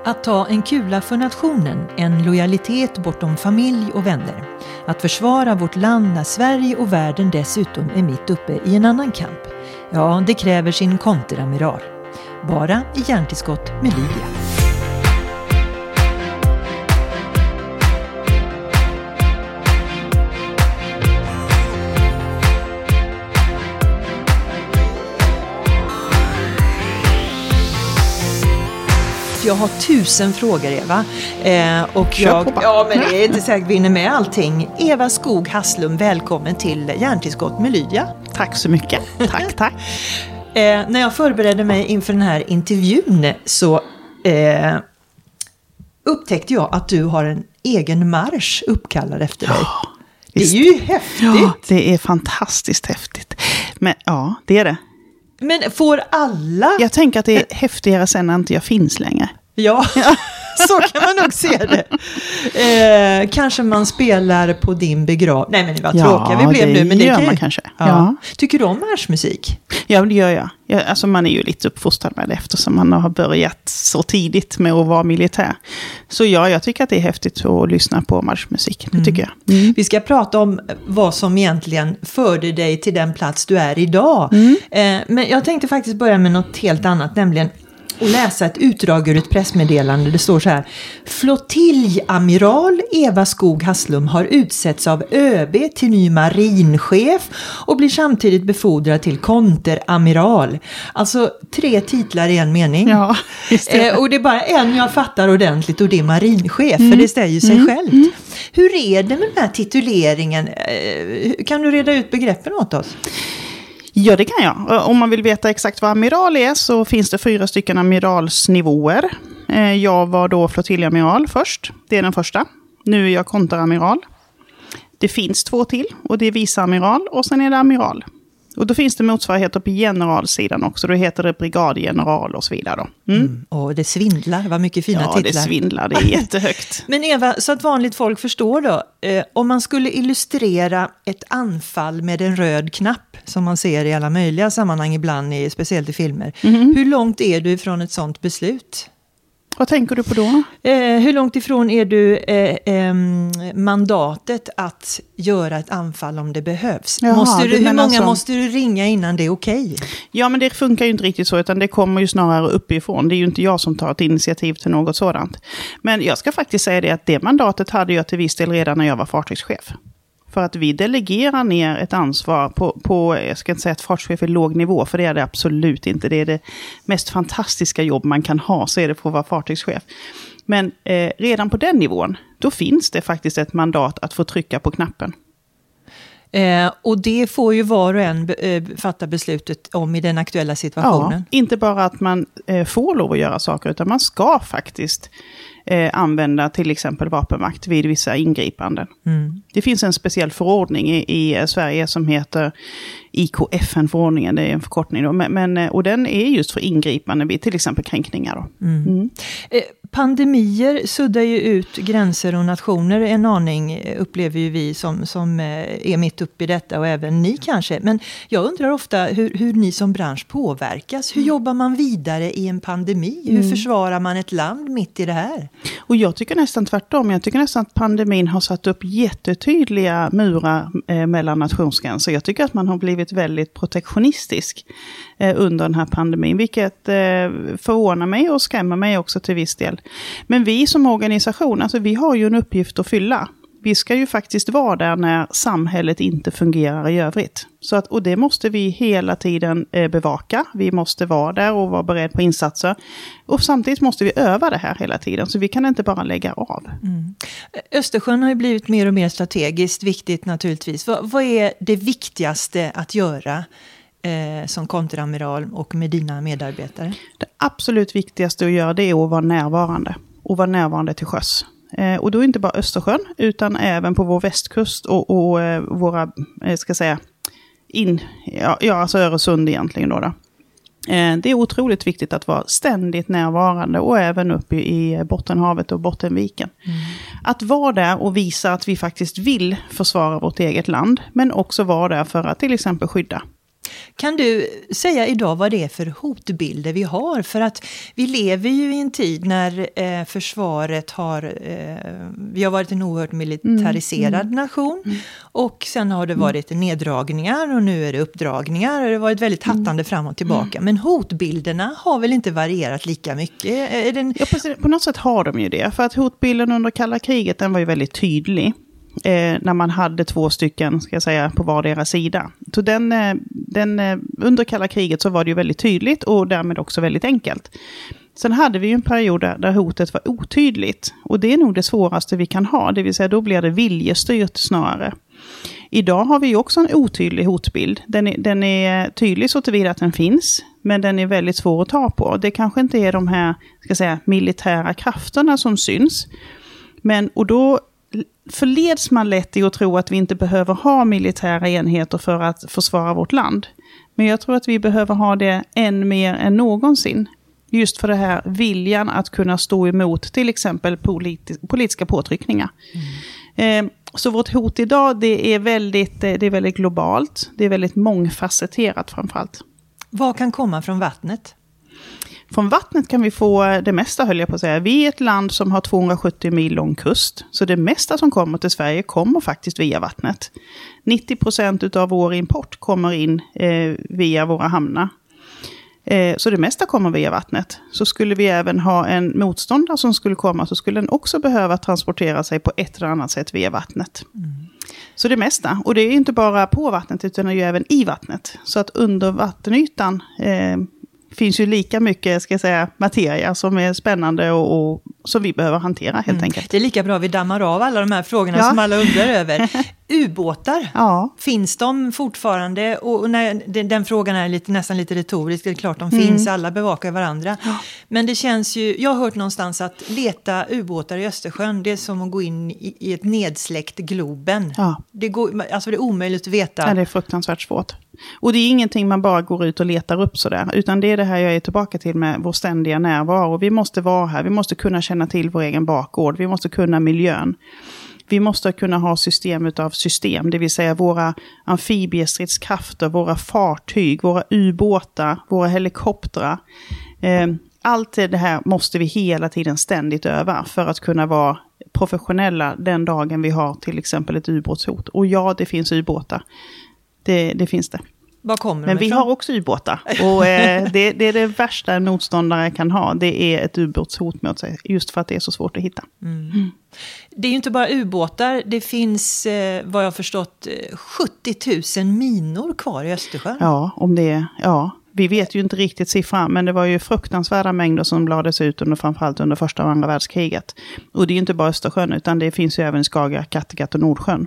Att ta en kula för nationen, en lojalitet bortom familj och vänner. Att försvara vårt land när Sverige och världen dessutom är mitt uppe i en annan kamp. Ja, det kräver sin konteramiral. Bara i Hjärntillskott med Lydia. Jag har 1000 frågor, Eva. Och men det är inte säkert vi vinner med allting. Eva Skog Hasslum, välkommen till Hjärntillskott med Lydia. Tack så mycket. Tack. När jag förberedde mig inför den här intervjun så upptäckte jag att du har en egen marsch uppkallad efter dig. Det är ju häftigt. Ja, det är fantastiskt häftigt. Men ja, det är det. Men får alla... Jag tänker att det är häftigare sen när inte jag finns längre. Ja, så kan man nog se det. Kanske man spelar på din begravning. Nej, men det var tråkiga vi blev nu. Men det gör man kanske. Ja. Tycker du om marschmusik? Ja, det gör jag. Alltså man är ju lite uppfostrad med det eftersom man har börjat så tidigt med att vara militär. Så ja, jag tycker att det är häftigt att lyssna på marschmusik. Det tycker jag. Mm. Vi ska prata om vad som egentligen förde dig till den plats du är idag. Men jag tänkte faktiskt börja med något helt annat, nämligen och läsa ett utdrag ur ett pressmeddelande. Det står så här: Flottiljamiral Eva Skog Hasslum har utsetts av ÖB till ny marinchef och blir samtidigt befordrad till konteramiral. Alltså 3 titlar i en mening. Ja, just det. Och det är bara en jag fattar ordentligt, och det är marinchef, för det ställer ju sig självt. Hur är det med den här tituleringen? Kan du reda ut begreppen åt oss? Ja, det kan jag. Om man vill veta exakt vad amiral är så finns det 4 stycken amiralsnivåer. Jag var då flottiljamiral först. Det är den första. Nu är jag konteramiral. Det finns 2 till och det är viceamiral och sen är det amiral. Och då finns det motsvarigheter på generalsidan också. Då heter det brigadgeneral och så vidare. Och det svindlar, vad mycket fina titlar. Ja, det svindlar, det är jättehögt. Men Eva, så att vanligt folk förstår då. Om man skulle illustrera ett anfall med en röd knapp, som man ser i alla möjliga sammanhang ibland, speciellt i filmer. Hur långt är du ifrån ett sånt beslut? Vad tänker du på då? Hur långt ifrån är du mandatet att göra ett anfall om det behövs? Jaha, hur många måste du ringa innan det är okej? Ja, men det funkar ju inte riktigt så, utan det kommer ju snarare uppifrån. Det är ju inte jag som tar ett initiativ till något sådant. Men jag ska faktiskt säga det att det mandatet hade jag till viss del redan när jag var fartygschef. För att vi delegerar ner ett ansvar på jag ska inte säga att fartygschef är låg nivå, för det är det absolut inte. Det är det mest fantastiska jobb man kan ha, så är det på att vara fartygschef. Men redan på den nivån, då finns det faktiskt ett mandat att få trycka på knappen. Och det får ju var och en fatta beslutet om i den aktuella situationen. Ja, inte bara att man får lov att göra saker, utan man ska faktiskt använda till exempel vapenmakt vid vissa ingripanden. Det finns en speciell förordning i Sverige som heter IKFN-förordningen, det är en förkortning då, och den är just för ingripanden vid till exempel kränkningar då. Pandemier suddar ju ut gränser och nationer en aning, upplever ju vi som är mitt uppe i detta, och även ni kanske. Men jag undrar ofta hur ni som bransch påverkas. Hur jobbar man vidare i en pandemi? Hur försvarar man ett land mitt i det här? Och jag tycker nästan tvärtom. Jag tycker nästan att pandemin har satt upp jättetydliga murar mellan nationsgränser. Jag tycker att man har blivit väldigt protektionistisk under den här pandemin, vilket förvånar mig och skrämmer mig också till viss del. Men vi som organisation, alltså vi har ju en uppgift att fylla. Vi ska ju faktiskt vara där när samhället inte fungerar i övrigt. Och det måste vi hela tiden bevaka. Vi måste vara där och vara beredd på insatser. Och samtidigt måste vi öva det här hela tiden. Så vi kan inte bara lägga av. Östersjön har ju blivit mer och mer strategiskt viktigt naturligtvis. Vad är det viktigaste att göra som konteramiral och med dina medarbetare? Det absolut viktigaste att göra, det är att vara närvarande. Och vara närvarande till sjöss. Och då inte bara Östersjön utan även på vår västkust och våra, alltså Öresund egentligen då. Det är otroligt viktigt att vara ständigt närvarande och även uppe i Bottenhavet och Bottenviken. Att vara där och visa att vi faktiskt vill försvara vårt eget land, men också vara där för att till exempel skydda. Kan du säga idag vad det är för hotbilder vi har? För att vi lever ju i en tid när försvaret vi har varit en oerhört militariserad nation. Och sen har det varit neddragningar och nu är det uppdragningar. Och det har varit väldigt hattande fram och tillbaka. Men hotbilderna har väl inte varierat lika mycket? Ja, på något sätt har de ju det. För att hotbilden under kalla kriget, den var ju väldigt tydlig. När man hade 2 stycken, ska jag säga, på vardera sida. Så under kalla kriget så var det ju väldigt tydligt och därmed också väldigt enkelt. Sen hade vi ju en period där hotet var otydligt. Och det är nog det svåraste vi kan ha. Det vill säga då blir det viljestyrt snarare. Idag har vi ju också en otydlig hotbild. Den är tydlig så tillvida att den finns. Men den är väldigt svår att ta på. Det kanske inte är de här, ska jag säga, militära krafterna som syns. Och då förleds man lätt i att tro att vi inte behöver ha militära enheter för att försvara vårt land. Men jag tror att vi behöver ha det än mer än någonsin. Just för det här viljan att kunna stå emot till exempel politiska påtryckningar. Så vårt hot idag det är väldigt globalt. Det är väldigt mångfacetterat framförallt. Vad kan komma från vattnet? Från vattnet kan vi få det mesta, höll jag på att säga. Vi är ett land som har 270 mil lång kust. Så det mesta som kommer till Sverige kommer faktiskt via vattnet. 90% av vår import kommer in via våra hamnar. Så det mesta kommer via vattnet. Så skulle vi även ha en motståndare som skulle komma, så skulle den också behöva transportera sig på ett eller annat sätt via vattnet. Så det mesta. Och det är inte bara på vattnet utan det är ju även i vattnet. Så att under vattenytan finns ju lika mycket, ska jag säga, materia som är spännande och som vi behöver hantera helt enkelt. Det är lika bra vi dammar av alla de här frågorna som alla undrar över. Ubåtar, finns de fortfarande? Och den frågan är nästan lite retorisk, det är klart de finns, alla bevakar varandra. Men det känns ju, jag har hört någonstans att leta ubåtar i Östersjön, det är som att gå in i ett nedsläckt Globen. Det är omöjligt att veta. Ja, det är fruktansvärt svårt. Och det är ingenting man bara går ut och letar upp sådär. Utan det är det här jag är tillbaka till med vår ständiga närvaro. Vi måste vara här, vi måste kunna känna till vår egen bakgård. Vi måste kunna miljön. Vi måste kunna ha system utav system. Det vill säga våra amfibiestridskrafter, våra fartyg, våra ubåtar, våra helikoptrar. Allt det här måste vi hela tiden ständigt öva för att kunna vara professionella den dagen vi har till exempel ett ubåtshot. Och ja, det finns ubåtar. Det finns det. Vad kommer Men vi har också ubåtar. Och det är det värsta en motståndare kan ha. Det är ett ubåtshot mot sig. Just för att det är så svårt att hitta. Det är ju inte bara ubåtar. Det finns, vad jag har förstått, 70 000 minor kvar i Östersjön. Vi vet ju inte riktigt siffran, men det var ju fruktansvärda mängder som lades ut framförallt under första och andra världskriget. Och det är ju inte bara Östersjön, utan det finns ju även Skagerrak, Kattegatt och Nordsjön.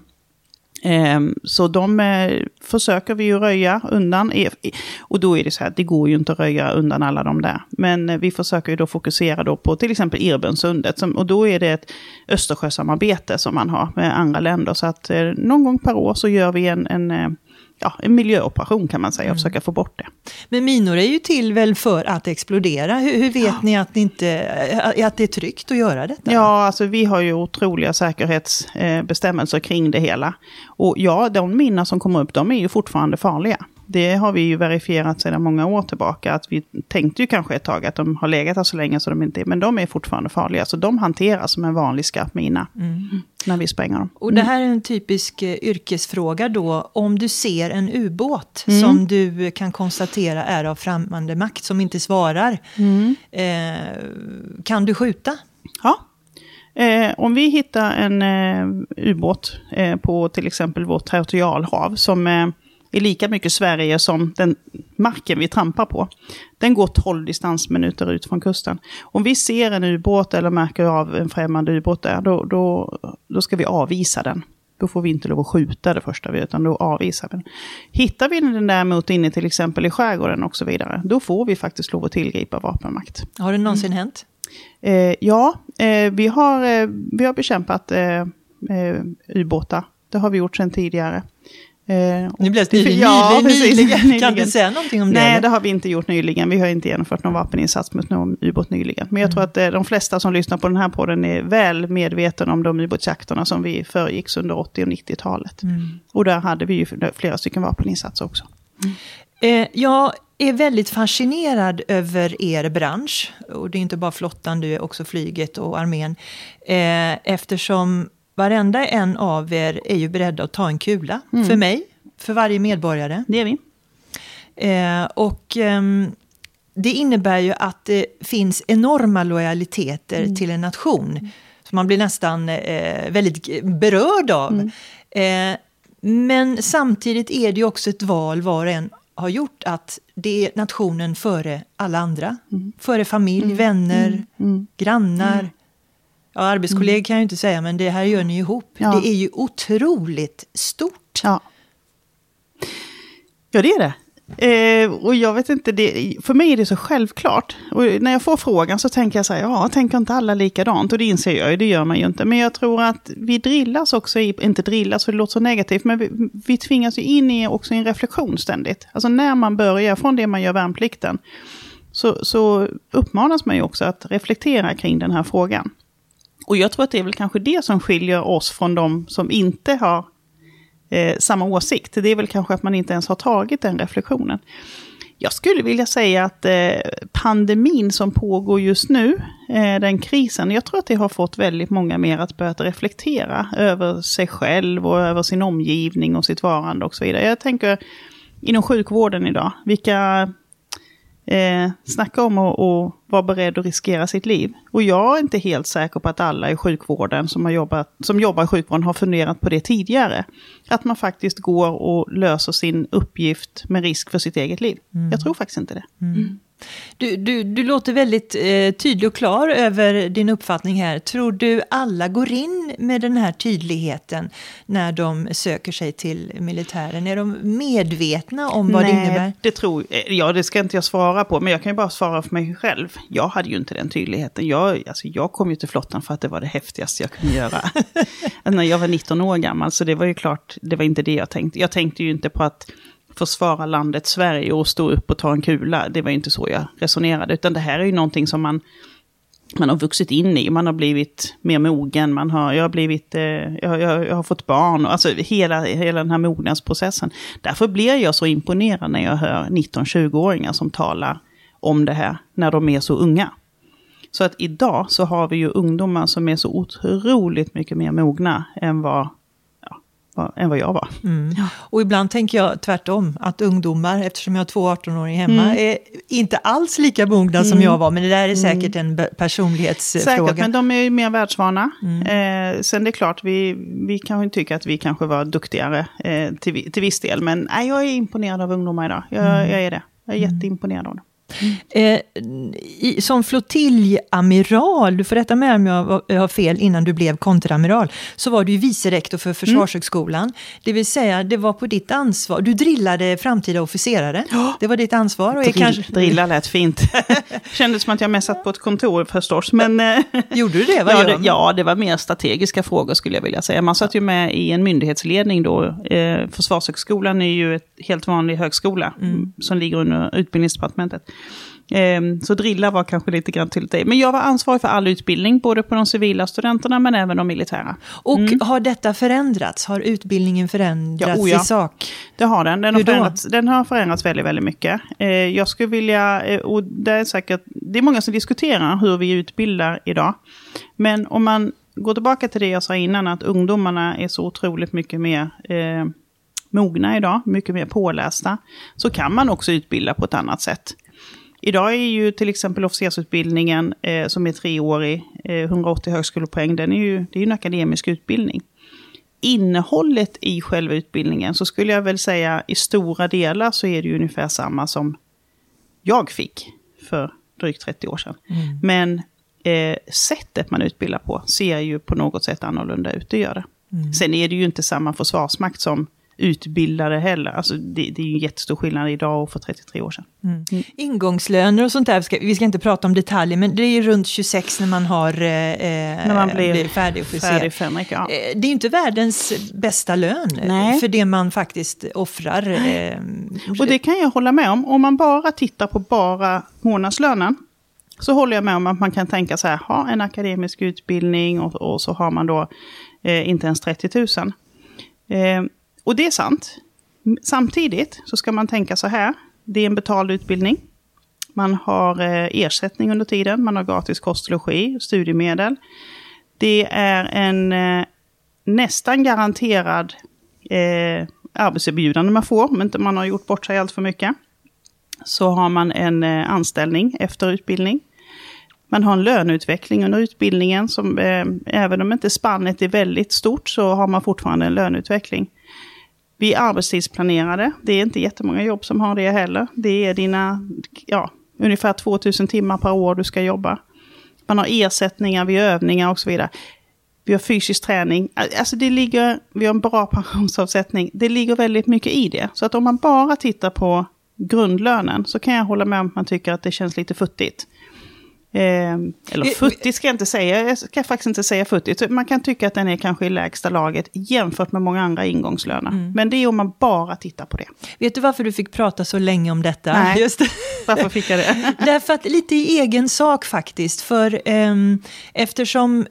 Så de försöker vi ju röja undan. Och då är det så här, det går ju inte att röja undan alla de där. Men vi försöker ju då fokusera då på till exempel Irbensundet. Och då är det ett Östersjösamarbete som man har med andra länder. Så att någon gång per år så gör vi en miljöoperation kan man säga och försöka få bort det. Men minor är ju till väl för att explodera. Hur vet ni att det är tryggt att göra detta? Ja, alltså vi har ju otroliga säkerhetsbestämmelser kring det hela. Och ja, de minor som kommer upp, de är ju fortfarande farliga. Det har vi ju verifierat sedan många år tillbaka. Att vi tänkte ju kanske ett tag att de har legat här så länge så de inte är. Men de är fortfarande farliga. Så de hanteras som en vanlig skarp mina när vi spränger dem. Och det här är en typisk yrkesfråga då. Om du ser en ubåt som du kan konstatera är av främmande makt som inte svarar. Kan du skjuta? Ja. Om vi hittar en ubåt på till exempel vårt territorialhav som är lika mycket Sverige som den marken vi trampar på. Den går 12 distansminuter ut från kusten. Om vi ser en ubåt eller märker av en främmande ubåt där, då ska vi avvisa den. Då får vi inte lov att skjuta det första vi, utan då avvisar vi den. Hittar vi den däremot inne till exempel i skärgården och så vidare, då får vi faktiskt lov att tillgripa vapenmakt. Har det någonsin hänt? Vi har bekämpat ubåtar. Det har vi gjort sedan tidigare. Nu blev det nyligen. Kan du säga någonting om det? Nej, det har vi inte gjort nyligen. Vi har inte genomfört någon vapeninsats mot någon ubåt nyligen. Men jag tror att de flesta som lyssnar på den här podden är väl medvetna om de ubåtsjakterna som vi föregicks under 80- och 90-talet. Och där hade vi ju flera stycken vapeninsatser också. Jag är väldigt fascinerad över er bransch. Och det är inte bara flottan, det är också flyget och armén. Eftersom varenda en av er är ju beredda att ta en kula. För mig, för varje medborgare. Det är vi. Det innebär ju att det finns enorma lojaliteter till en nation. Som man blir nästan väldigt berörd av. Men samtidigt är det ju också ett val var och en har gjort, att det är nationen före alla andra. Före familj, vänner, grannar. Ja, arbetskollegor kan jag ju inte säga, men det här gör ni ihop. Ja. Det är ju otroligt stort. Ja, det är det. Och jag vet inte, för mig är det så självklart. Och när jag får frågan så tänker jag så här, tänker inte alla likadant? Och det inser jag ju, det gör man ju inte. Men jag tror att vi drillas också inte drillas för det låter så negativt, men vi tvingas ju in i också en reflektion ständigt. Alltså när man börjar, från det man gör värnplikten, så uppmanas man ju också att reflektera kring den här frågan. Och jag tror att det är väl kanske det som skiljer oss från de som inte har samma åsikt. Det är väl kanske att man inte ens har tagit den reflektionen. Jag skulle vilja säga att pandemin som pågår just nu, den krisen, jag tror att det har fått väldigt många mer att börja reflektera över sig själv och över sin omgivning och sitt varande och så vidare. Jag tänker inom sjukvården idag, vilka snacka om att vara beredd att riskera sitt liv. Och jag är inte helt säker på att alla i sjukvården som jobbar i sjukvården har funderat på det tidigare. Att man faktiskt går och löser sin uppgift med risk för sitt eget liv. Jag tror faktiskt inte det. Du låter väldigt tydlig och klar över din uppfattning här. Tror du alla går in med den här tydligheten när de söker sig till militären? Är de medvetna om vad det innebär? Det ska inte jag svara på, men jag kan ju bara svara för mig själv. Jag hade ju inte den tydligheten. Jag kom ju till flottan för att det var det häftigaste jag kunde göra. När jag var 19 år gammal, så det var ju klart, det var inte det jag tänkte. Jag tänkte ju inte på att försvara landet Sverige och stå upp och ta en kula. Det var inte så jag resonerade. Utan det här är ju någonting som man har vuxit in i. Man har blivit mer mogen. Jag har fått barn. Alltså hela den här mognadsprocessen. Därför blir jag så imponerad när jag hör 19-20-åringar som talar om det här när de är så unga. Så att idag så har vi ju ungdomar som är så otroligt mycket mer mogna än vad jag var. Ja. Och ibland tänker jag tvärtom, att ungdomar, eftersom jag har 2 18-åringar hemma, är inte alls lika mogna som jag var. Men det där är säkert en personlighetsfråga. Säkert, men de är ju mer världsvana. Sen det är klart, vi kan ju tycka att vi kanske var duktigare till viss del. Men jag är imponerad av ungdomar idag. Jag är det. Jag är jätteimponerad av dem. Som flottiljamiral, du får rätta med om jag har fel, innan du blev konteramiral, så var du ju vicerektor för Försvarshögskolan. Det vill säga, det var på ditt ansvar. Du drillade framtida officerare. Det var ditt ansvar. Och drilla lät fint. Kändes som att jag mässat på ett kontor förstås. Men, gjorde du det? Ja, det var mer strategiska frågor skulle jag vilja säga. Man satt ju med i en myndighetsledning då. Försvarshögskolan är ju ett helt vanlig högskola som ligger under utbildningsdepartementet. Så drilla var kanske lite grann till det. Men jag var ansvarig för all utbildning, både på de civila studenterna men även de militära. Och har detta förändrats? Har utbildningen förändrats i sak? Det har den. Den har förändrats väldigt, väldigt mycket. Jag skulle vilja, och det är många som diskuterar hur vi utbildar idag. Men om man går tillbaka till det jag sa innan, att ungdomarna är så otroligt mycket mer mogna idag, mycket mer pålästa, så kan man också utbilda på ett annat sätt. Idag är ju till exempel officersutbildningen som är 3-årig, 180 högskolepoäng, det är ju en akademisk utbildning. Innehållet i själva utbildningen, så skulle jag väl säga i stora delar så är det ju ungefär samma som jag fick för drygt 30 år sedan. Men sättet man utbildar på ser ju på något sätt annorlunda ut, det gör det. Sen är det ju inte samma försvarsmakt som utbildade heller. Alltså det är ju en jättestor skillnad idag och för 33 år sedan. Ingångslöner och sånt där, vi ska inte prata om detaljer, men det är ju runt 26 när man har när man blir färdig fänrik, ja. Det är ju inte världens bästa lön för det man faktiskt offrar. Och det kan jag hålla med om man bara tittar på bara månadslönen, så håller jag med om att man kan tänka så här, ha en akademisk utbildning och så har man då inte ens 30 000. Och det är sant. Samtidigt så ska man tänka så här. Det är en betald utbildning. Man har ersättning under tiden. Man har gratis kost och logi, studiemedel. Det är en nästan garanterad arbetserbjudande man får. Om inte man har gjort bort sig allt för mycket. Så har man en anställning efter utbildning. Man har en löneutveckling under utbildningen. Som, även om inte spannet är väldigt stort så har man fortfarande en löneutveckling. Vi är arbetstidsplanerade. Det är inte jättemånga jobb som har det heller. Det är ungefär 2000 timmar per år du ska jobba. Man har ersättningar vid övningar och så vidare. Vi har fysisk träning. Alltså vi har en bra pensionsavsättning. Det ligger väldigt mycket i det. Så att om man bara tittar på grundlönen så kan jag hålla med om att man tycker att det känns lite futtigt. Eller futtigt ska jag inte säga. Jag ska faktiskt inte säga futtigt. Man kan tycka att den är kanske i lägsta laget jämfört med många andra ingångslöner. Men det är om man bara tittar på det. Vet du varför du fick prata så länge om detta? Nej, just det. Varför fick jag det? Därför att lite i egen sak faktiskt. För eftersom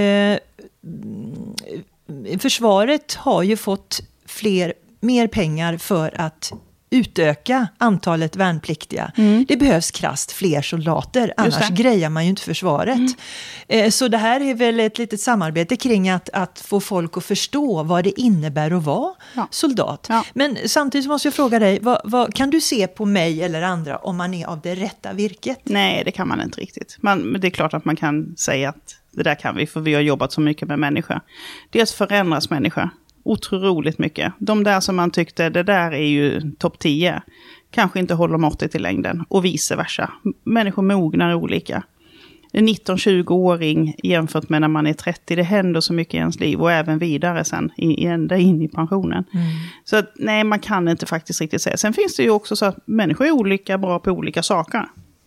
försvaret har ju fått mer pengar för att utöka antalet värnpliktiga. Det behövs krasst fler soldater, annars grejar man ju inte försvaret. Så det här är väl ett litet samarbete kring att få folk att förstå vad det innebär att vara soldat. Ja. Men samtidigt måste jag fråga dig, vad kan du se på mig eller andra om man är av det rätta virket? Nej, det kan man inte riktigt. Det är klart att man kan säga att det där kan vi, för vi har jobbat så mycket med människor. Dels förändras människor otroligt mycket. De där som man tyckte, det där är ju topp 10, kanske inte håller måttet i längden och vice versa. Människor mognar olika. En 19-20-åring jämfört med när man är 30, det händer så mycket i ens liv och även vidare sen ända in i pensionen. Så att, nej, man kan inte faktiskt riktigt säga. Sen finns det ju också så att människor är olika bra på olika saker.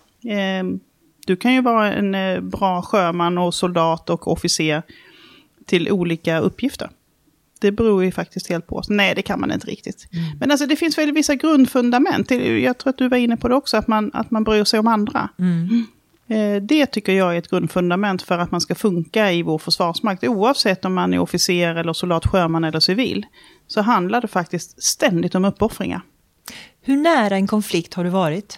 Du kan ju vara en bra sjöman och soldat och officer till olika uppgifter. Det beror ju faktiskt helt på oss. Nej, det kan man inte riktigt. Men alltså, det finns väl vissa grundfundament. Jag tror att du var inne på det också, att man bryr sig om andra. Det tycker jag är ett grundfundament för att man ska funka i vår försvarsmakt. Oavsett om man är officer eller soldat, sjöman eller civil, så handlar det faktiskt ständigt om uppoffringar. Hur nära en konflikt har du varit?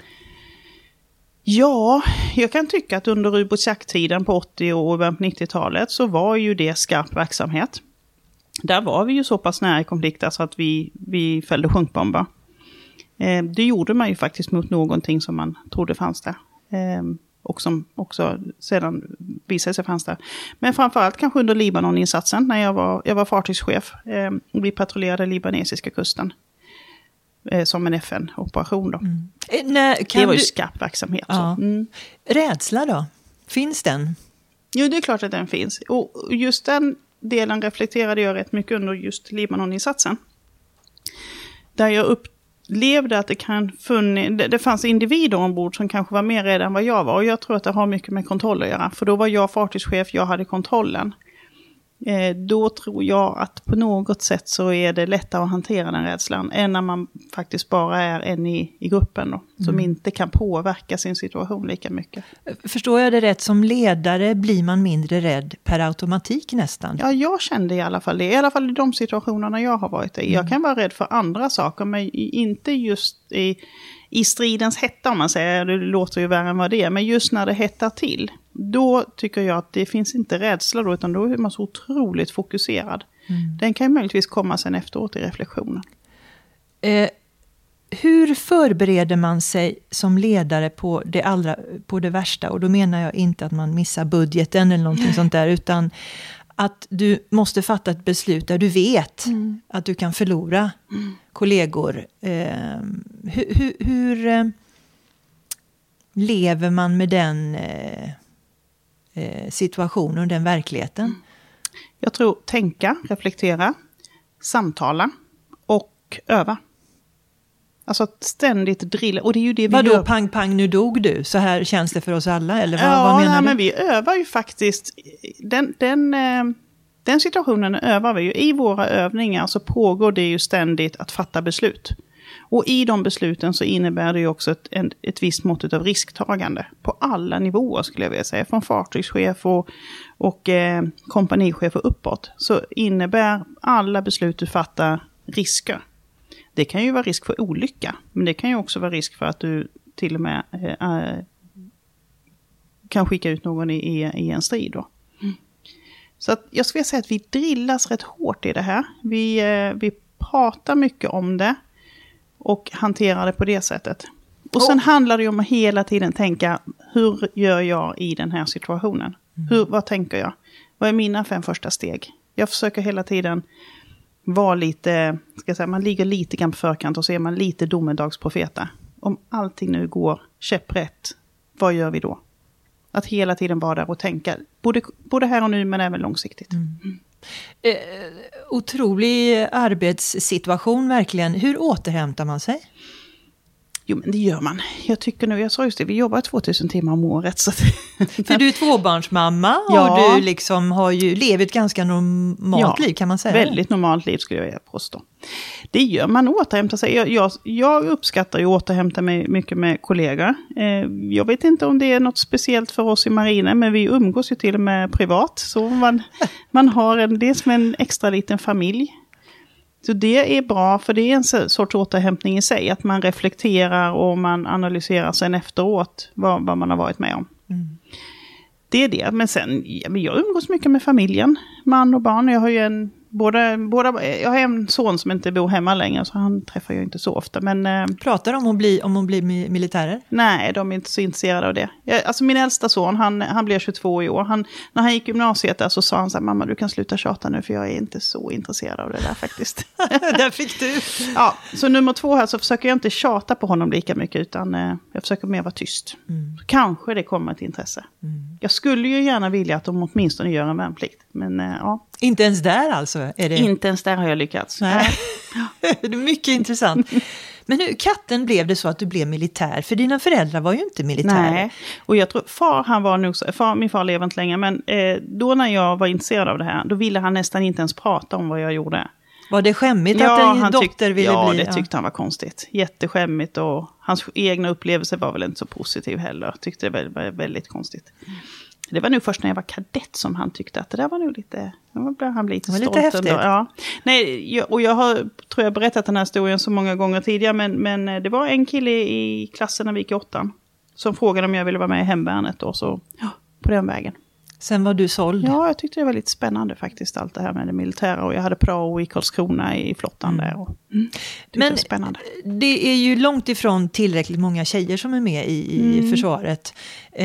Ja, jag kan tycka att under ubåtsjakttiden på 80- och 90-talet så var ju det skarp verksamhet. Där var vi ju så pass nära i konflikter så att vi fällde sjunkbomber. Det gjorde man ju faktiskt mot någonting som man trodde fanns där. Och som också sedan visade sig fanns där. Men framförallt kanske under Libanon-insatsen när jag var fartygschef. Vi patrullerade libanesiska kusten. Som en FN-operation då. Det var ju skarp verksamhet. Ja. Rädsla då? Finns den? Jo, det är klart att den finns. Och just den delen reflekterade jag rätt mycket under just Libanon-insatsen. Där jag upplevde att det fanns individer ombord som kanske var mer rädda än vad jag var. Och jag tror att det har mycket med kontroll att göra. För då var jag fartygschef, jag hade kontrollen. Då tror jag att på något sätt så är det lättare att hantera den rädslan än när man faktiskt bara är en i gruppen då, som inte kan påverka sin situation lika mycket. Förstår jag det rätt, som ledare blir man mindre rädd per automatik nästan? Ja, jag kände i alla fall det. I alla fall i de situationerna jag har varit i. Jag kan vara rädd för andra saker, men inte just i stridens hetta, om man säger. Det låter ju värre än vad det är. Men just när det hettar till, då tycker jag att det finns inte rädsla då, utan då är man så otroligt fokuserad. Den kan ju möjligtvis komma sen efteråt i reflektionen. Hur förbereder man sig som ledare på det värsta? Och då menar jag inte att man missar budgeten eller någonting sånt där, utan att du måste fatta ett beslut där du vet att du kan förlora kollegor. Hur lever man med den situationen och den verkligheten? Jag tror tänka, reflektera, samtala och öva. Alltså att ständigt drilla. Och det är ju det vi gör. Vadå, pang, pang, nu dog du? Så här känns det för oss alla? Eller vad menar du? Men vi övar ju faktiskt. Den situationen övar vi ju. I våra övningar så pågår det ju ständigt att fatta beslut. Och i de besluten så innebär det ju också ett visst mått av risktagande. På alla nivåer skulle jag vilja säga. Från fartygschef och kompanichef och uppåt. Så innebär alla beslut du fattar risker. Det kan ju vara risk för olycka, men det kan ju också vara risk för att du till och med kan skicka ut någon i en strid då. Så att jag skulle säga att vi drillas rätt hårt i det här. Vi pratar mycket om det och hanterar det på det sättet. Och sen handlar det ju om att hela tiden tänka, hur gör jag i den här situationen? Vad tänker jag? Vad är mina 5 första steg? Jag försöker hela tiden vara lite, man ligger lite grann på förkant och så är man lite domedagsprofeta. Om allting nu går käpprätt, vad gör vi då? Att hela tiden vara där och tänka, både här och nu men även långsiktigt. Otrolig arbetssituation verkligen. Hur återhämtar man sig? Jo, men det gör man. Jag sa just det, vi jobbar 2000 timmar om året. Så för du är tvåbarnsmamma och du liksom har ju levt ganska normalt liv, kan man säga. Väldigt normalt liv skulle jag vilja påstå. Det gör man, återhämtar sig. Jag uppskattar ju att återhämta mig mycket med kollegor. Jag vet inte om det är något speciellt för oss i marinen, men vi umgås ju till och med privat. Så man har det som en extra liten familj. Så det är bra, för det är en sorts återhämtning i sig. Att man reflekterar och man analyserar sen efteråt vad man har varit med om. Det är det. Men sen, jag umgås mycket med familjen. Man och barn. Jag har ju jag har en son som inte bor hemma längre, så han träffar jag inte så ofta. Men, pratar om hon blir militärer? Nej, de är inte så intresserade av det. Alltså min äldsta son, han blir 22 i år. När han gick gymnasiet där så sa han så här, mamma du kan sluta tjata nu för jag är inte så intresserad av det där faktiskt. Där fick du. Ja, så nummer 2 här så försöker jag inte tjata på honom lika mycket utan jag försöker mer vara tyst. Kanske det kommer ett intresse. Jag skulle ju gärna vilja att de åtminstone gör en värnplikt. Men ja. Inte ens där alltså? Är det... Inte ens där har jag lyckats. Nej. Det är mycket intressant. Men nu, katten, blev det så att du blev militär? För dina föräldrar var ju inte militärer. Nej, och jag tror min far lever inte längre. Men då när jag var intresserad av det här, då ville han nästan inte ens prata om vad jag gjorde. Var det skämmigt att en dotter ville bli? Ja, det tyckte han var konstigt. Jätteskämmigt, och hans egna upplevelse var väl inte så positiv heller. Tyckte det var väldigt konstigt. Det var nog först när jag var kadett som han tyckte att det där var nog lite... Han blev lite stolt. Lite häftigt. Ja. Nej, och jag tror jag berättat den här historien så många gånger tidigare. Men det var en kille i klassen när vi gick i 8 som frågade om jag ville vara med i hemvärnet. Och så på den vägen. Sen var du såld? Ja, jag tyckte det var lite spännande faktiskt, allt det här med det militära. Och jag hade prao i Karlskrona i flottan där. Och, men det spännande. Det är ju långt ifrån tillräckligt många tjejer som är med i försvaret.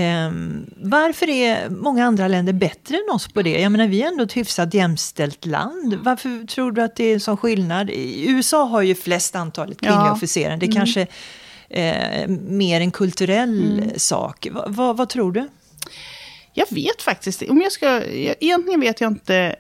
Varför är många andra länder bättre än oss på det? Jag menar, vi är ändå ett hyfsat jämställt land. Varför tror du att det är en sån skillnad? I USA har ju flest antalet kvinnliga officerare. Det är kanske mer en kulturell sak. Vad tror du? Jag vet faktiskt, egentligen vet jag inte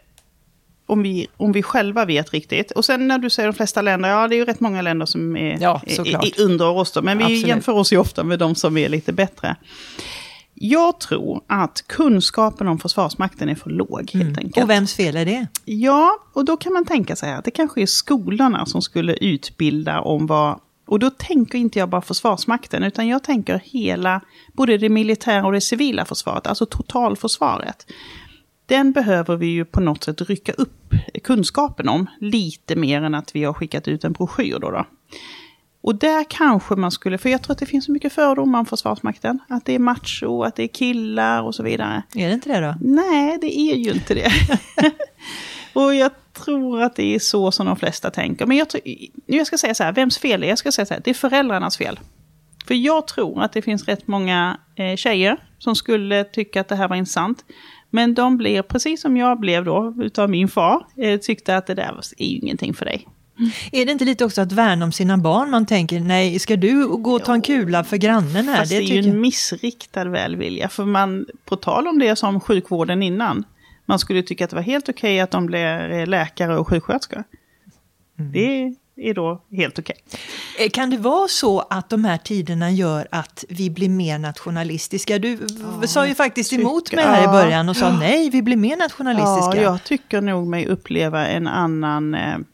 om vi själva vet riktigt. Och sen när du säger de flesta länder, det är ju rätt många länder som är under oss då. Men vi jämför oss ju ofta med de som är lite bättre. Jag tror att kunskapen om Försvarsmakten är för låg helt enkelt. Och vems fel är det? Ja, och då kan man tänka sig att det kanske är skolorna som skulle utbilda om vad... Och då tänker inte jag bara Försvarsmakten, utan jag tänker både det militära och det civila försvaret, alltså totalförsvaret. Den behöver vi ju på något sätt rycka upp kunskapen om, lite mer än att vi har skickat ut en broschyr då. Och där kanske man skulle, för jag tror att det finns så mycket fördomar om Försvarsmakten, att det är macho, att det är killar och så vidare. Är det inte det då? Nej, det är ju inte det. Och jag tror att det är så som de flesta tänker. Men jag ska säga så här, vems fel är det? Jag ska säga så här, det är föräldrarnas fel. För jag tror att det finns rätt många tjejer som skulle tycka att det här var intressant. Men de blir, precis som jag blev då, utav min far, tyckte att det där är ju ingenting för dig. Är det inte lite också att värna om sina barn? Man tänker, nej, ska du gå och ta en kula för grannen här? Fast det är ju en missriktad välvilja. För man, på tal om det som sjukvården innan, man skulle tycka att det var helt okej att de blir läkare och sjuksköterskor. Det är då helt okej. Kan det vara så att de här tiderna gör att vi blir mer nationalistiska? Du sa ju faktiskt emot mig här i början och sa nej, vi blir mer nationalistiska. Ja, jag tycker nog mig uppleva en annan...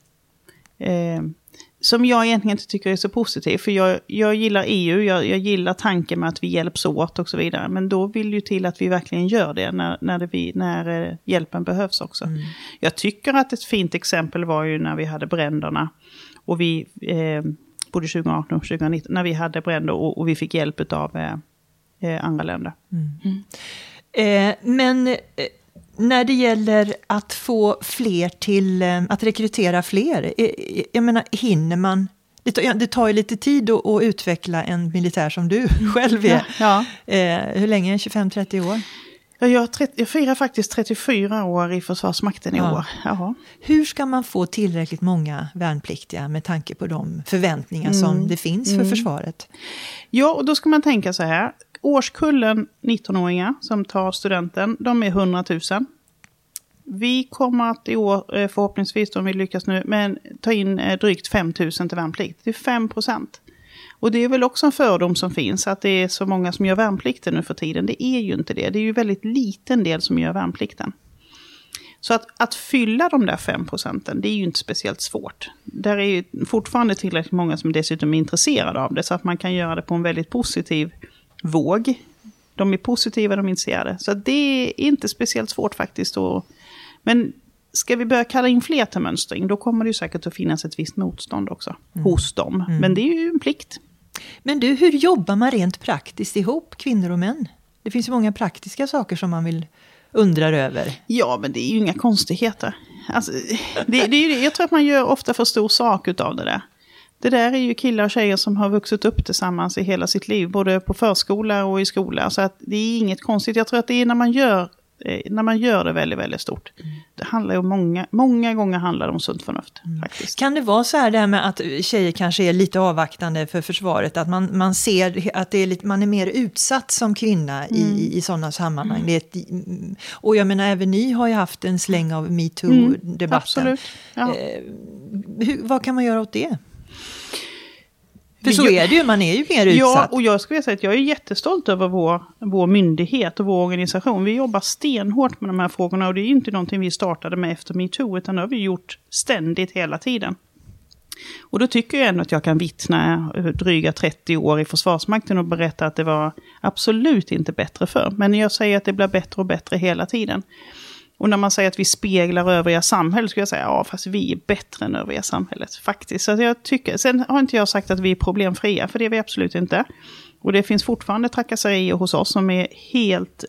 som jag egentligen inte tycker är så positiv. För jag gillar EU, jag gillar tanken med att vi hjälps åt och så vidare. Men då vill ju till att vi verkligen gör det när hjälpen behövs också. Jag tycker att ett fint exempel var ju när vi hade bränderna. Och vi, både 2018 och 2019, när vi hade bränder och vi fick hjälp av andra länder. Men när det gäller att få fler till, att rekrytera fler, jag menar, hinner man? Det tar ju lite tid att utveckla en militär som du själv är. Ja. Hur länge? 25-30 år? Jag firar faktiskt 34 år i Försvarsmakten i år. Jaha. Hur ska man få tillräckligt många värnpliktiga med tanke på de förväntningar som det finns för försvaret? Ja, och då ska man tänka så här. Årskullen 19-åringar som tar studenten, de är 100 000. Vi kommer att i år, förhoppningsvis om vi lyckas nu, men ta in drygt 5 000 till värnplikt. Det är 5%. Och det är väl också en fördom som finns, att det är så många som gör värnplikten nu för tiden. Det är ju inte det. Det är ju väldigt liten del som gör värnplikten. Så att fylla de där 5%, det är ju inte speciellt svårt. Där är ju fortfarande tillräckligt många som dessutom är intresserade av det, så att man kan göra det på en väldigt positiv våg. De är positiva, de är intresserade. Så det är inte speciellt svårt faktiskt. Men ska vi börja kalla in fler till mönstring, då kommer det ju säkert att finnas ett visst motstånd också hos dem. Men det är ju en plikt. Men du, hur jobbar man rent praktiskt ihop, kvinnor och män? Det finns ju många praktiska saker som man undrar över. Ja, men det är ju inga konstigheter. Alltså, jag tror att man gör ofta för stor sak utav det där. Det där är ju killar och tjejer som har vuxit upp tillsammans i hela sitt liv, både på förskola och i skola. Så att det är inget konstigt. Jag tror att det är när man gör det väldigt, väldigt stort. Det handlar ju många gånger handlar det om sunt förnuft faktiskt. Kan det vara så här det här med att tjejer kanske är lite avvaktande för försvaret, att man ser att det är lite, man är mer utsatt som kvinna i sådana sammanhang. Det är och jag menar, även ni har ju haft en släng av MeToo-debatten. Absolut. Ja. Vad kan man göra åt det? För så är det ju, man är ju mer utsatt. Ja, och jag skulle säga att jag är jättestolt över vår myndighet och vår organisation. Vi jobbar stenhårt med de här frågorna, och det är inte någonting vi startade med efter MeToo, utan det har vi gjort ständigt hela tiden. Och då tycker jag ändå att jag kan vittna dryga 30 år i Försvarsmakten och berätta att det var absolut inte bättre för. Men jag säger att det blir bättre och bättre hela tiden. Och när man säger att vi speglar övriga samhället, skulle jag säga, ja, fast vi är bättre än övriga samhället faktiskt. Så att jag tycker, sen har inte jag sagt att vi är problemfria, för det är vi absolut inte. Och det finns fortfarande trakasserier hos oss som är helt,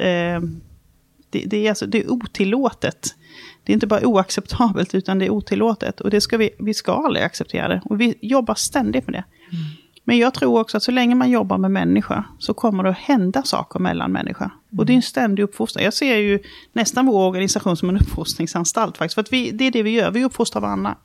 det är otillåtet. Det är inte bara oacceptabelt, utan det är otillåtet. Och vi ska aldrig acceptera det. Och vi jobbar ständigt med det. Men jag tror också att så länge man jobbar med människa, så kommer det att hända saker mellan människor. Och det är en ständig uppfostran. Jag ser ju nästan vår organisation som en uppfostringsanstalt faktiskt. För att det är det vi gör. Vi uppfostrar varandra.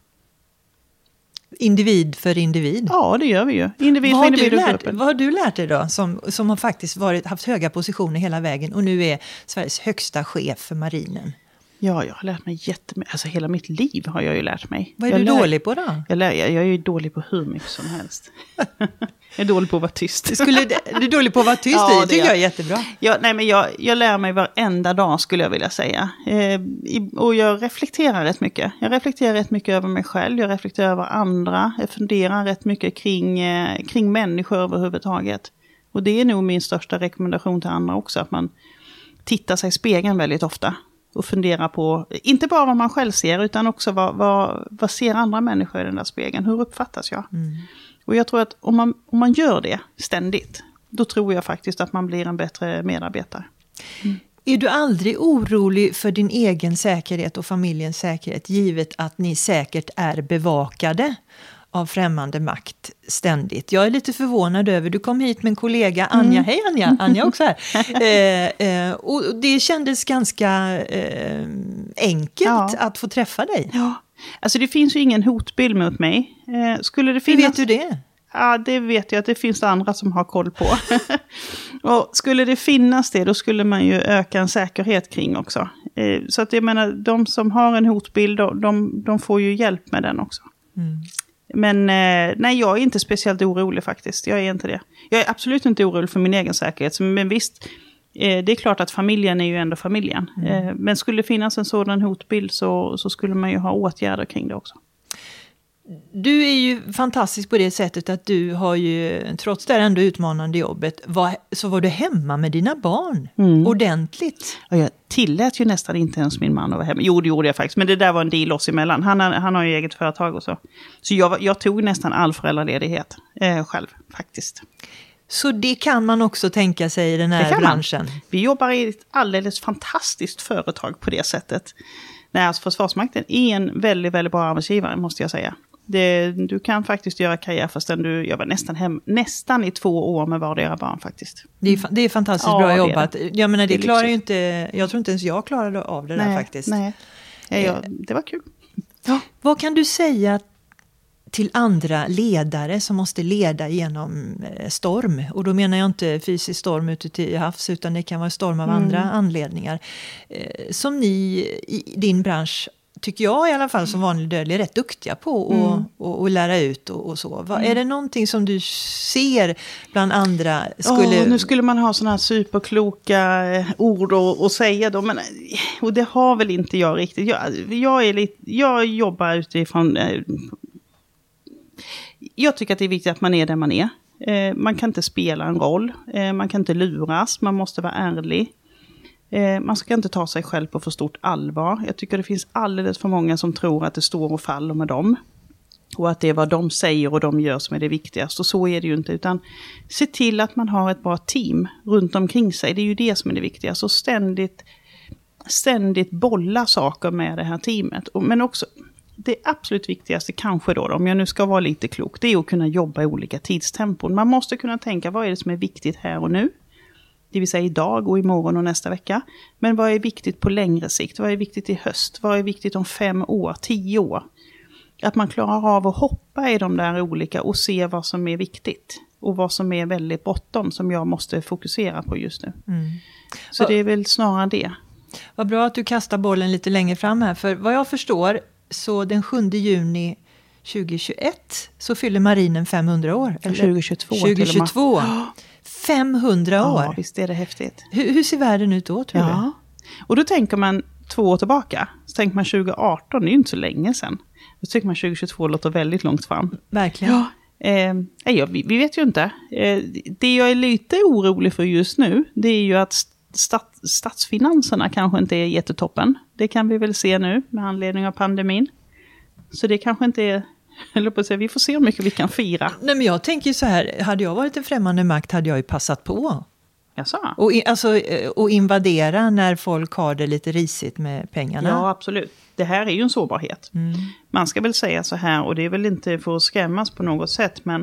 Individ för individ? Ja, det gör vi ju. Individ för individ och gruppen. Vad har du lärt dig då, som har faktiskt haft höga positioner hela vägen och nu är Sveriges högsta chef för marinen? Ja, jag har lärt mig jättemycket. Alltså hela mitt liv har jag ju lärt mig. Vad är du dålig på då? Jag är ju dålig på hur mycket som helst. Jag är dålig på att vara tyst. Du är dålig på att vara tyst, ja, det tycker jag är jättebra. Ja, nej, men jag lär mig varenda dag, skulle jag vilja säga. Och jag reflekterar rätt mycket. Jag reflekterar rätt mycket över mig själv. Jag reflekterar över andra. Jag funderar rätt mycket kring människor överhuvudtaget. Och det är nog min största rekommendation till andra också. Att man tittar sig i spegeln väldigt ofta. Och fundera på, inte bara vad man själv ser, utan också vad ser andra människor i den där spegeln? Hur uppfattas jag? Och jag tror att om man gör det ständigt, då tror jag faktiskt att man blir en bättre medarbetare. Är du aldrig orolig för din egen säkerhet och familjens säkerhet, givet att ni säkert är bevakade av främmande makt ständigt? Jag är lite förvånad över, du kom hit med en kollega, Anja. Hej Anja, Anja också här. Och det kändes ganska enkelt att få träffa dig. Ja, alltså det finns ju ingen hotbild mot mig. Skulle det finnas... Hur vet du det? Ja, det vet jag att det finns andra som har koll på. Och skulle det finnas det, då skulle man ju öka en säkerhet kring också. Så att jag menar, de som har en hotbild, de får ju hjälp med den också. Men nej, jag är inte speciellt orolig faktiskt. Jag är inte det. Jag är absolut inte orolig för min egen säkerhet. Men visst, det är klart att familjen är ju ändå familjen. Men skulle det finnas en sådan hotbild så skulle man ju ha åtgärder kring det också. Du är ju fantastisk på det sättet att du har ju, trots det här ändå utmanande jobbet, så var du hemma med dina barn ordentligt. Och jag tillät ju nästan inte ens min man att vara hemma. Jo, det gjorde jag faktiskt, men det där var en deal oss emellan. Han har ju eget företag och så. Så jag tog nästan all föräldraledighet själv faktiskt. Så det kan man också tänka sig i den här branschen? Vi jobbar i ett alldeles fantastiskt företag på det sättet. Nej, alltså Försvarsmakten är en väldigt, väldigt bra arbetsgivare, måste jag säga. Du kan faktiskt göra karriär fastän du jobbar nästan i 2 år med vardera barn faktiskt. Det är fantastiskt bra jobbat. Jag menar, det klarar ju inte, jag tror inte ens jag klarade av det där faktiskt. Nej, det var kul. Ja. Vad kan du säga till andra ledare som måste leda genom storm? Och då menar jag inte fysisk storm ute till havs, utan det kan vara storm av andra anledningar. Som ni i din bransch, tycker jag i alla fall som vanlig dödlig, är rätt duktiga på att lära ut och så. Är det någonting som du ser bland andra? Nu skulle man ha sådana här superkloka ord att säga då, men, och det har väl inte jag riktigt. Jag jobbar utifrån... Jag tycker att det är viktigt att man är där man är. Man kan inte spela en roll. Man kan inte luras. Man måste vara ärlig. Man ska inte ta sig själv på för stort allvar. Jag tycker det finns alldeles för många som tror att det står och faller med dem. Och att det är vad de säger och de gör som är det viktigaste. Och så är det ju inte. Utan se till att man har ett bra team runt omkring sig. Det är ju det som är det viktigaste. Och ständigt bolla saker med det här teamet. Men också... Det absolut viktigaste kanske då, om jag nu ska vara lite klok, det är att kunna jobba i olika tidstempon. Man måste kunna tänka, vad är det som är viktigt här och nu? Det vill säga idag och imorgon och nästa vecka. Men vad är viktigt på längre sikt? Vad är viktigt i höst? Vad är viktigt om 5 år, 10 år? Att man klarar av att hoppa i de där olika och se vad som är viktigt. Och vad som är väldigt bråttom som jag måste fokusera på just nu. Så det är väl snarare det. Vad bra att du kastar bollen lite längre fram här. För vad jag förstår... Så den 7 juni 2021 så fyller marinen 500 år. Eller? 2022. 500 år. Ja, visst är det häftigt. Hur ser världen ut då, tror du? Och då tänker man 2 år tillbaka. Så tänker man 2018, det är ju inte så länge sedan. Då tycker man 2022 låter väldigt långt fram. Verkligen. Vi vet ju inte. Det jag är lite orolig för just nu, det är ju att statsfinanserna kanske inte är jättetoppen. Det kan vi väl se nu med anledning av pandemin. Så det kanske inte är, eller på att säga, vi får se hur mycket vi kan fira. Nej, men jag tänker så här, hade jag varit en främmande makt hade jag ju passat på. Jaså? Och invadera när folk har det lite risigt med pengarna. Ja, absolut. Det här är ju en sårbarhet. Man ska väl säga så här, och det är väl inte för att skrämmas på något sätt, men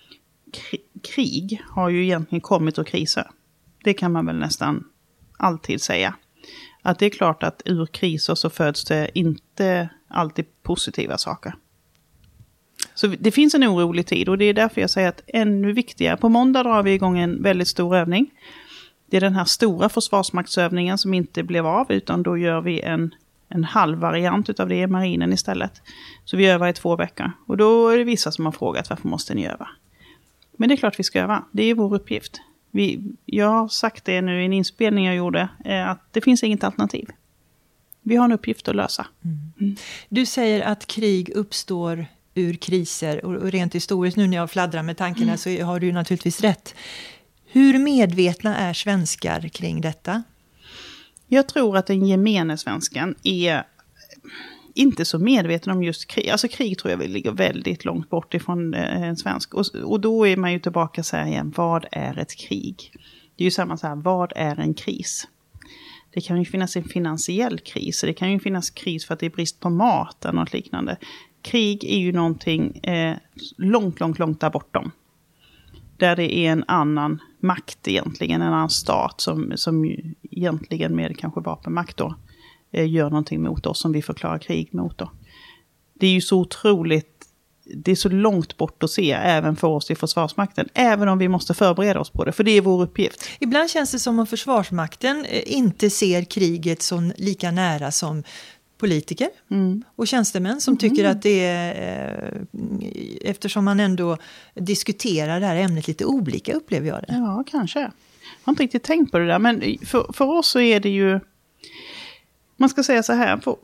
krig har ju egentligen kommit ur kriser. Det kan man väl nästan alltid säga. Att det är klart att ur kriser så föds det inte alltid positiva saker. Så det finns en orolig tid och det är därför jag säger att ännu viktigare. På måndag drar vi igång en väldigt stor övning. Det är den här stora försvarsmaktsövningen som inte blev av, utan då gör vi en halv variant utav det i marinen istället. Så vi övar i 2 veckor. Och då är det vissa som har frågat varför måste ni öva. Men det är klart vi ska öva. Det är vår uppgift. Jag har sagt det nu i en inspelning jag gjorde, att det finns inget alternativ. Vi har en uppgift att lösa. Du säger att krig uppstår ur kriser, och rent historiskt nu när jag fladdrar med tankarna så har du naturligtvis rätt. Hur medvetna är svenskar kring detta? Jag tror att den gemene svenskan är inte så medveten om just krig. Alltså krig tror jag vi ligger väldigt långt bort ifrån en svensk. Och då är man ju tillbaka så här igen, vad är ett krig? Det är ju samma så här, vad är en kris? Det kan ju finnas en finansiell kris. Det kan ju finnas kris för att det är brist på mat eller något liknande. Krig är ju någonting långt där bortom. Där det är en annan makt egentligen, en annan stat som egentligen med kanske vapenmakt då gör någonting mot oss som vi förklarar krig mot då. Det är ju så otroligt, det är så långt bort att se även för oss i Försvarsmakten, även om vi måste förbereda oss på det, för det är vår uppgift. Ibland känns det som om Försvarsmakten inte ser kriget så lika nära som politiker och tjänstemän som tycker att det är, eftersom man ändå diskuterar det här ämnet lite olika, upplever jag det. Ja, kanske. Jag har inte riktigt tänkt på det där, men för oss så är det ju, man ska säga så här,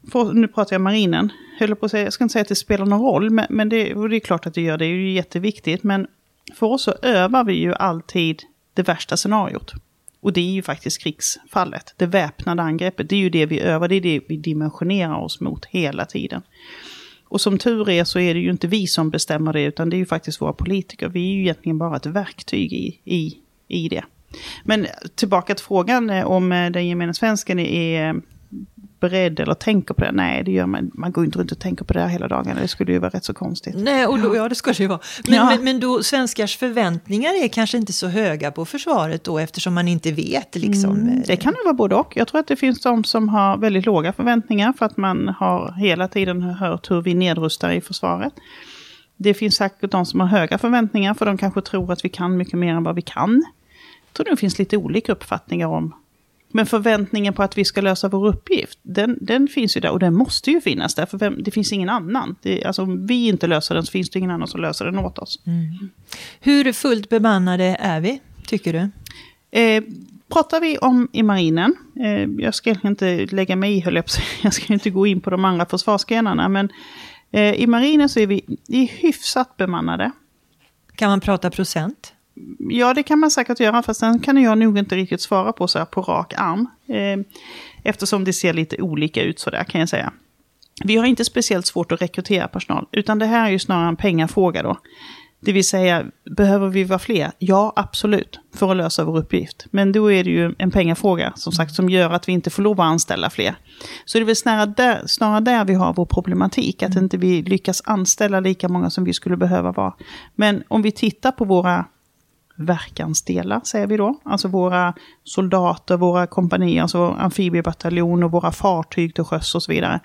nu pratar jag marinen, jag ska inte säga att det spelar någon roll, men det är klart att det gör, det är ju jätteviktigt. Men för oss så övar vi ju alltid det värsta scenariot. Och det är ju faktiskt krigsfallet, det väpnade angreppet. Det är ju det vi övar, det är det vi dimensionerar oss mot hela tiden. Och som tur är så är det ju inte vi som bestämmer det, utan det är ju faktiskt våra politiker. Vi är ju egentligen bara ett verktyg i det. Men tillbaka till frågan om den gemene svensken är beredd eller tänker på det. Nej, det gör man går inte runt och tänker på det här hela dagen. Det skulle ju vara rätt så konstigt. Nej, och då, ja det skulle det ju vara. Men då svenskars förväntningar är kanske inte så höga på försvaret då, eftersom man inte vet liksom. Det kan ju vara både och. Jag tror att det finns de som har väldigt låga förväntningar för att man har hela tiden hört hur vi nedrustar i försvaret. Det finns säkert de som har höga förväntningar för de kanske tror att vi kan mycket mer än vad vi kan. Jag tror det finns lite olika uppfattningar om. Men förväntningen på att vi ska lösa vår uppgift, den finns ju där och den måste ju finnas där. För det finns ingen annan. Alltså om vi inte löser den så finns det ingen annan som löser den åt oss. Mm. Hur fullt bemannade är vi, tycker du? Pratar vi om i marinen, jag ska inte lägga mig i, jag ska inte gå in på de andra försvarsgrenarna, men i marinen så är vi hyfsat bemannade. Kan man prata procent? Ja, det kan man säkert göra, fast sen kan jag nog inte riktigt svara på så här på rak arm. Eftersom det ser lite olika ut så där kan jag säga. Vi har inte speciellt svårt att rekrytera personal, utan det här är ju snarare en pengafråga då. Det vill säga, behöver vi vara fler? Ja, absolut, för att lösa vår uppgift. Men då är det ju en pengafråga, som sagt, som gör att vi inte får lov att anställa fler. Så det är väl snarare där vi har vår problematik, att inte vi lyckas anställa lika många som vi skulle behöva vara. Men om vi tittar på våra verkansdelar, säger vi då, alltså våra soldater, våra kompanier, alltså vår amfibiebataljon och våra fartyg till sjöss och så vidare.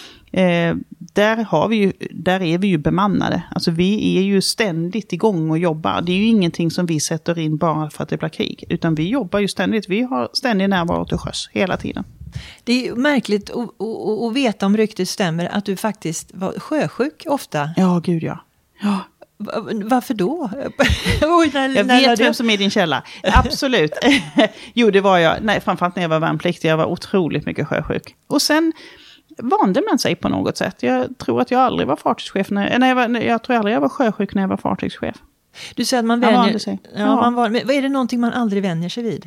Där är vi ju bemannade. Alltså vi är ju ständigt igång och jobbar. Det är ju ingenting som vi sätter in bara för att det blir krig. Utan vi jobbar ju ständigt. Vi har ständig närvaro till sjöss hela tiden. Det är märkligt att veta om ryktet stämmer att du faktiskt var sjösjuk ofta. Ja, gud ja. Ja. Varför då? Jag vet vem som är din källa. Absolut. Jo, det var jag. Nej, framförallt när jag var värnpliktig. Jag var otroligt mycket sjösjuk. Och sen vande man sig på något sätt. Jag tror att jag aldrig var fartygschef. Jag tror aldrig jag var sjösjuk när jag var fartygschef. Du säger att man vänjer sig. Ja. Men är det någonting man aldrig vänjer sig vid?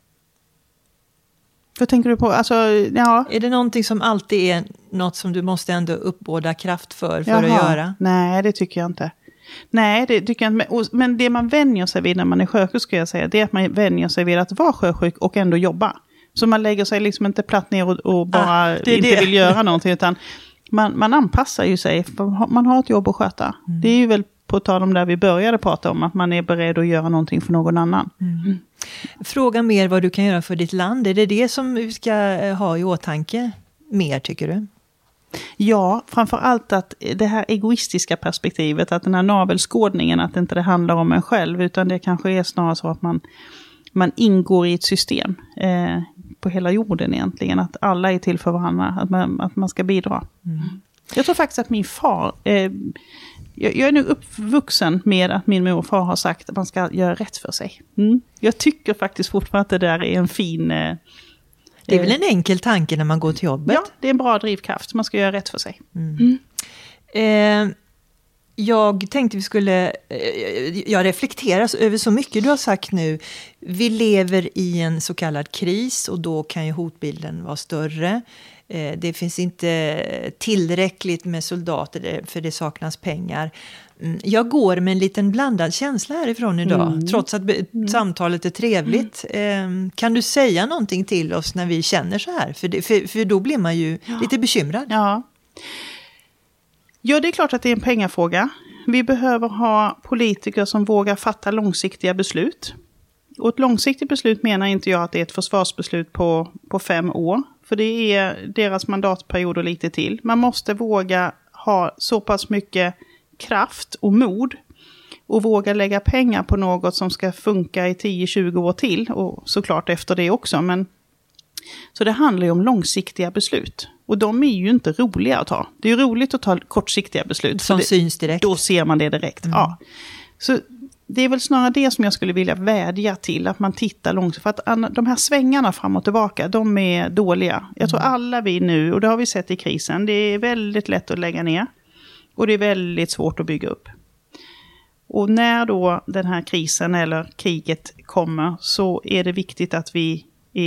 Vad tänker du på? Alltså, ja. Är det någonting som alltid är något som du måste ändå uppbåda kraft för att göra? Nej, det tycker jag inte. Nej, det tycker jag inte. Men det man vänjer sig vid när man är sjösjuk, ska jag säga, det är att man vänjer sig vid att vara sjösjuk och ändå jobba. Så man lägger sig liksom inte platt ner och bara inte vill göra någonting, utan man anpassar ju sig. För man har ett jobb att sköta. Mm. Det är ju väl på tal om där vi började prata om, att man är beredd att göra någonting för någon annan. Mm. Fråga mer vad du kan göra för ditt land. Är det som du ska ha i åtanke mer, tycker du? Ja, framförallt att det här egoistiska perspektivet, att den här navelskådningen, att inte det handlar om en själv, utan det kanske är snarare så att man ingår i ett system på hela jorden egentligen, att alla är till för varandra, att man ska bidra. Mm. Jag tror faktiskt att min far, jag är nu uppvuxen med att min mor och far har sagt att man ska göra rätt för sig. Mm. Jag tycker faktiskt fortfarande att det där är en fin... Det är väl en enkel tanke när man går till jobbet? Ja, det är en bra drivkraft. Man ska göra rätt för sig. Mm. Jag tänkte vi skulle... Jag reflekterar över så mycket du har sagt nu. Vi lever i en så kallad kris och då kan ju hotbilden vara större. Det finns inte tillräckligt med soldater för det saknas pengar. Jag går med en liten blandad känsla härifrån idag, trots att samtalet är trevligt. Kan du säga någonting till oss när vi känner så här? För då blir man ju lite bekymrad. Ja, det är klart att det är en pengafråga. Vi behöver ha politiker som vågar fatta långsiktiga beslut. Och ett långsiktigt beslut menar inte jag att det är ett försvarsbeslut på 5 år. För det är deras mandatperiod och lite till. Man måste våga ha så pass mycket kraft och mod och våga lägga pengar på något som ska funka i 10-20 år till, och såklart efter det också. Men så det handlar ju om långsiktiga beslut, och de är ju inte roliga att ta. Det är ju roligt att ta kortsiktiga beslut som syns direkt. Då ser man det direkt. Ja. Så det är väl snarare det som jag skulle vilja vädja till, att man tittar långt. För att de här svängarna fram och tillbaka, de är dåliga. Jag tror alla vi nu, och det har vi sett i krisen, det är väldigt lätt att lägga ner. Och det är väldigt svårt att bygga upp. Och när då den här krisen eller kriget kommer, så är det viktigt att vi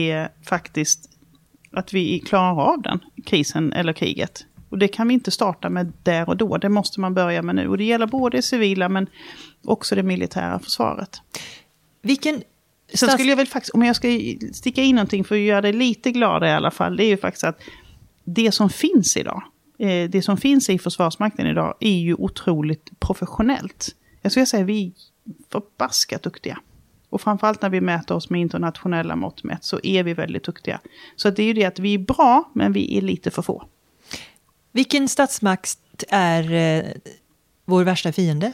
klarar av den krisen eller kriget. Och det kan vi inte starta med där och då. Det måste man börja med nu. Och det gäller både det civila men också det militära försvaret. Sen skulle jag väl faktiskt, om jag ska sticka in någonting för att göra det lite gladare i alla fall. Det är ju faktiskt att det som finns idag, det som finns i Försvarsmakten idag är ju otroligt professionellt. Jag skulle säga att vi är förbaskat duktiga. Och framförallt när vi mäter oss med internationella mått mätt så är vi väldigt duktiga. Så det är ju det att vi är bra men vi är lite för få. Vilken statsmakt är vår värsta fiende?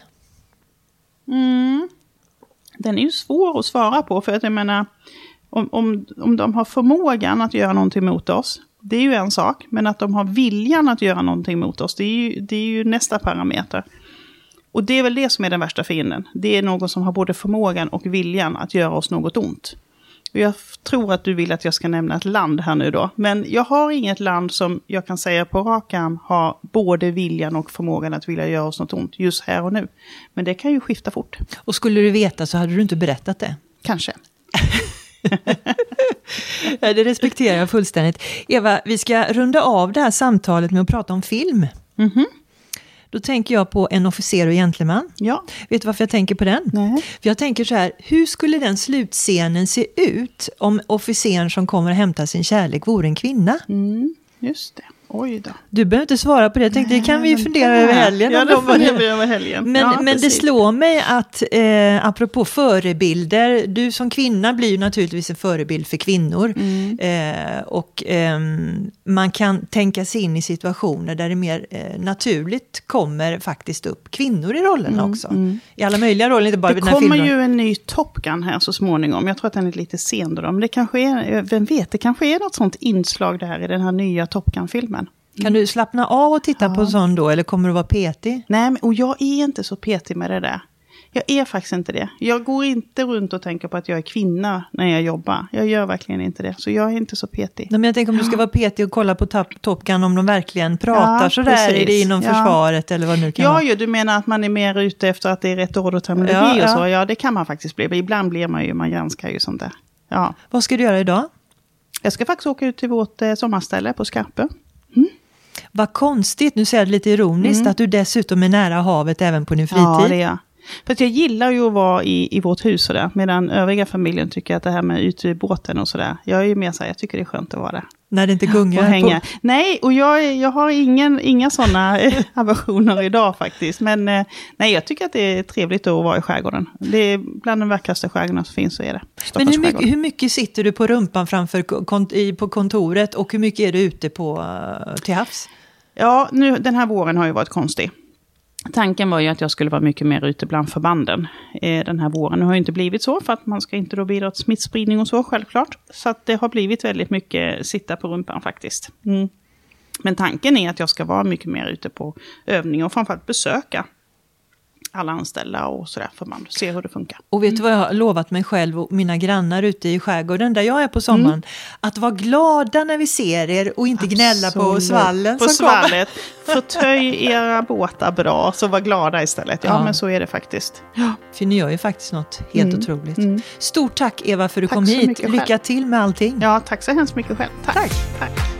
Den är ju svår att svara på. För att jag menar, om de har förmågan att göra någonting mot oss, det är ju en sak. Men att de har viljan att göra någonting mot oss, det är ju nästa parameter. Och det är väl det som är den värsta fienden. Det är någon som har både förmågan och viljan att göra oss något ont. Och jag tror att du vill att jag ska nämna ett land här nu då. Men jag har inget land som jag kan säga på rak arm har både viljan och förmågan att vilja göra oss något ont just här och nu. Men det kan ju skifta fort. Och skulle du veta så hade du inte berättat det? Kanske. Ja, det respekterar jag fullständigt. Eva, vi ska runda av det här samtalet med att prata om film. Då tänker jag på En officer och gentleman. Ja. Vet du varför jag tänker på den? Nej. För jag tänker så här, hur skulle den slutscenen se ut om officeren som kommer att hämta sin kärlek vore en kvinna? Just det. Oj då. Du behöver inte svara på det. Jag tänkte, det kan vi ju fundera över helgen. Ja, det funderar vi över helgen. Men det slår mig att, apropå förebilder, du som kvinna blir ju naturligtvis en förebild för kvinnor. Och man kan tänka sig in i situationer där det mer naturligt kommer faktiskt upp kvinnor i rollerna också. I alla möjliga roller, inte bara det i den här filmen. Det kommer ju en ny Top Gun här så småningom. Jag tror att den är lite sen då. Men det kanske är, vem vet, det kanske är något sånt inslag där i den här nya Top Gun-filmen. Kan du slappna av och titta på sån då? Eller kommer du vara petig? Nej, och jag är inte så petig med det där. Jag är faktiskt inte det. Jag går inte runt och tänker på att jag är kvinna när jag jobbar. Jag gör verkligen inte det. Så jag är inte så petig. Nej, men jag tänker om du ska vara petig och kolla på Top Gun om de verkligen pratar så där är det inom försvaret eller vad nu kan vara. Ja, du menar att man är mer ute efter att det är rätt ord och terminologi och så. Ja, det kan man faktiskt bli. Ibland blir man granskar ju sånt där. Ja. Vad ska du göra idag? Jag ska faktiskt åka ut till vårt sommarställe på Skarpö. Vad konstigt, nu säger jag det lite ironiskt, att du dessutom är nära havet även på din fritid. Ja, det är jag. För att jag gillar ju att vara i vårt hus sådär, medan övriga familjen tycker att det här med ute i båten och sådär, jag är ju mer såhär, jag tycker det är skönt att vara där. När det inte gungar på. Nej, och jag har inga sådana aversioner idag faktiskt. Men nej, jag tycker att det är trevligt att vara i skärgården. Det är bland de vackraste skärgårdarna som finns, så är det. Men hur mycket sitter du på rumpan på kontoret och hur mycket är du ute till havs? Ja, den här våren har ju varit konstig. Tanken var ju att jag skulle vara mycket mer ute bland förbanden den här våren. Nu har ju inte blivit så, för att man ska inte då bidra till smittspridning och så, självklart. Så att det har blivit väldigt mycket sitta på rumpan faktiskt. Men tanken är att jag ska vara mycket mer ute på övning och framförallt besöka alla anställda och sådär förband. Se hur det funkar. Och vet du vad jag har lovat mig själv och mina grannar ute i skärgården där jag är på sommaren? Att vara glada när vi ser er och inte gnälla på svallen. På svallet. Förtöj era båtar bra, så var glada istället. Ja, men så är det faktiskt. Ja. För ni gör ju faktiskt något helt otroligt. Stort tack Eva för att du kom hit. Lycka till med allting. Ja, tack så hemskt mycket själv. Tack.